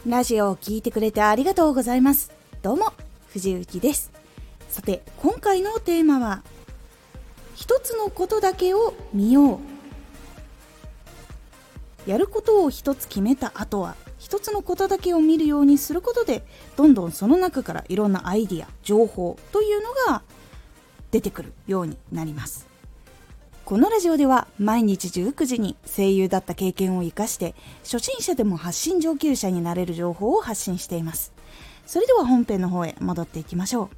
ラジオを聞いてくれてありがとうございます。どうも藤幸です。さて、今回のテーマは一つのことだけを見よう。やることを一つ決めた後は一つのことだけを見るようにすることで、どんどんその中からいろんなアイディア、情報というのが出てくるようになります。このラジオでは毎日19時に声優だった経験を生かして初心者でも発信上級者になれる情報を発信しています。それでは本編の方へ戻っていきましょ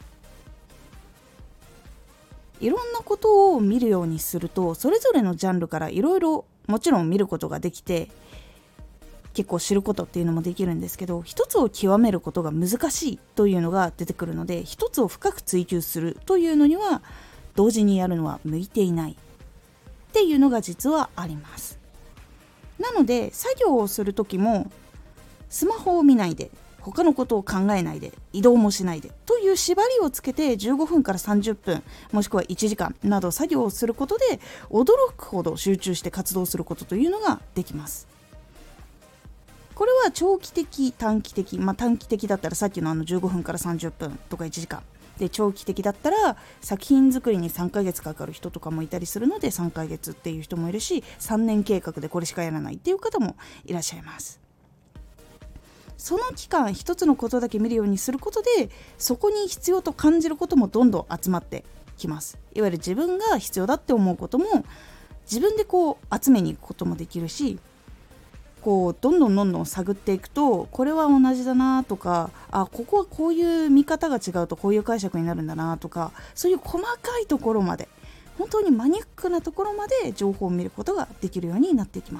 う。いろんなことを見るようにすると、それぞれのジャンルからいろいろもちろん見ることができて、結構知ることっていうのもできるんですけど、一つを極めることが難しいというのが出てくるので、一つを深く追求するというのには同時にやるのは向いていないっていうのが実はあります。なので作業をするときもスマホを見ないで、他のことを考えないで、移動もしないでという縛りをつけて15分から30分もしくは1時間など作業をすることで、驚くほど集中して活動することというのができます。これは長期的、短期的、短期的だったらさっきの15分から30分とか1時間で、長期的だったら作品作りに3ヶ月かかる人とかもいたりするので3ヶ月っていう人もいるし、3年計画でこれしかやらないっていう方もいらっしゃいます。その期間一つのことだけ見るようにすることで、そこに必要と感じることもどんどん集まってきます。いわゆる自分が必要だって思うことも自分で集めに行くこともできるし、どんどん探っていくと、これは同じだなとか、ここはこういう見方が違うとこういう解釈になるんだなとか、そういう細かいところまで、本当にマニアックなところまで情報を見ることができるようになっていきます。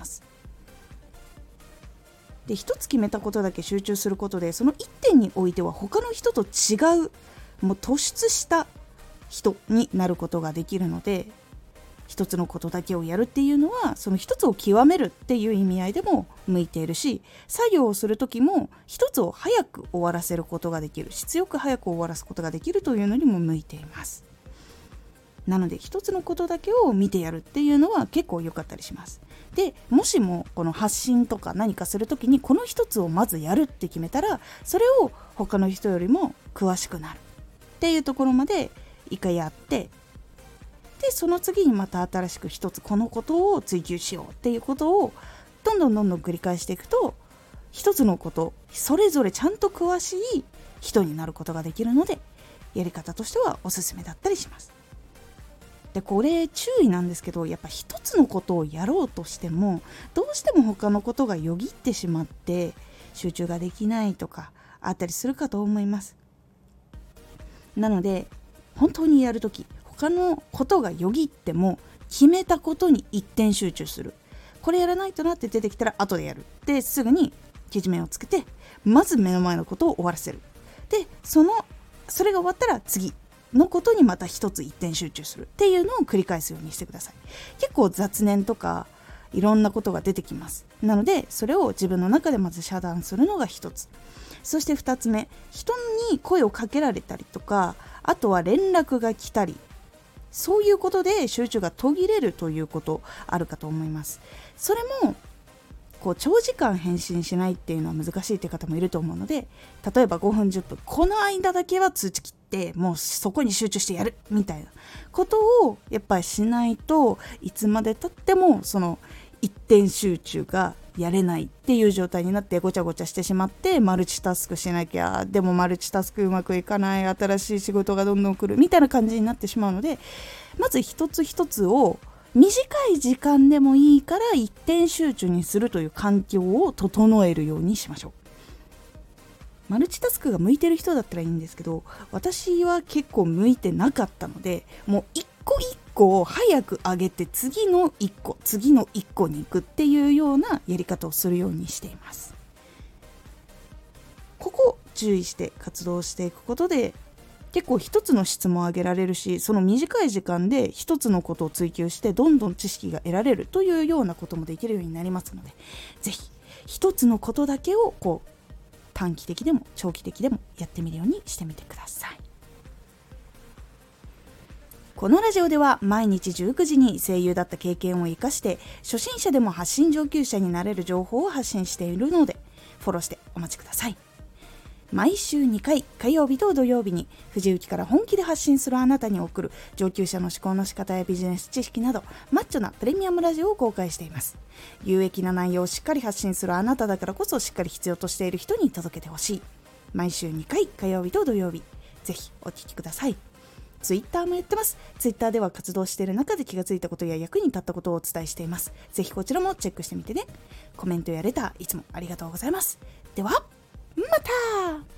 で、一つ決めたことだけ集中することで、その一点においては他の人と違う、もう突出した人になることができるので、一つのことだけをやるっていうのは、その一つを極めるっていう意味合いでも向いているし、作業をする時も一つを早く終わらせることができる、質よく早く終わらすことができるというのにも向いています。なので一つのことだけを見てやるっていうのは結構良かったりします。で、もしもこの発信とか何かするときにこの一つをまずやるって決めたら、それを他の人よりも詳しくなるっていうところまで一回やって、でその次にまた新しく一つこのことを追求しようっていうことをどんどん繰り返していくと、一つのことそれぞれちゃんと詳しい人になることができるので、やり方としてはおすすめだったりします。で、これ注意なんですけど、やっぱ一つのことをやろうとしてもどうしても他のことがよぎってしまって集中ができないとかあったりするかと思います。なので本当にやるとき、他のことがよぎっても決めたことに一点集中する。これやらないとなって出てきたら後でやる。ですぐにけじめをつけて、まず目の前のことを終わらせる。で、それが終わったら次のことにまた一つ一点集中するっていうのを繰り返すようにしてください。結構雑念とかいろんなことが出てきます。なのでそれを自分の中でまず遮断するのが一つ。そして二つ目、人に声をかけられたりとか、あとは連絡が来たり、そういうことで集中が途切れるということあるかと思います。それも長時間返信しないっていうのは難しいって方もいると思うので、例えば5分10分この間だけは通知切ってもうそこに集中してやるみたいなことをやっぱりしないと、いつまで経ってもその一点集中がやれないっていう状態になってごちゃごちゃしてしまって、マルチタスクしなきゃ、でもマルチタスクうまくいかない、新しい仕事がどんどん来るみたいな感じになってしまうので、まず一つ一つを短い時間でもいいから一点集中にするという環境を整えるようにしましょう。マルチタスクが向いてる人だったらいいんですけど、私は結構向いてなかったので、もう一個一個を早く上げて次の一個に行くっていうようなやり方をするようにしています。ここ注意して活動していくことで、結構一つの質も上げられるし、その短い時間で一つのことを追求してどんどん知識が得られるというようなこともできるようになりますので、ぜひ一つのことだけを短期的でも長期的でもやってみるようにしてみてください。このラジオでは毎日19時に声優だった経験を生かして初心者でも発信上級者になれる情報を発信しているので、フォローしてお待ちください。毎週2回、火曜日と土曜日に藤雪から本気で発信するあなたに送る上級者の思考の仕方やビジネス知識などマッチョなプレミアムラジオを公開しています。有益な内容をしっかり発信するあなただからこそしっかり必要としている人に届けてほしい。毎週2回、火曜日と土曜日、ぜひお聞きください。ツイッターもやってます。ツイッターでは活動している中で気がついたことや役に立ったことをお伝えしています。ぜひこちらもチェックしてみてね。コメントやレターいつもありがとうございます。ではまた。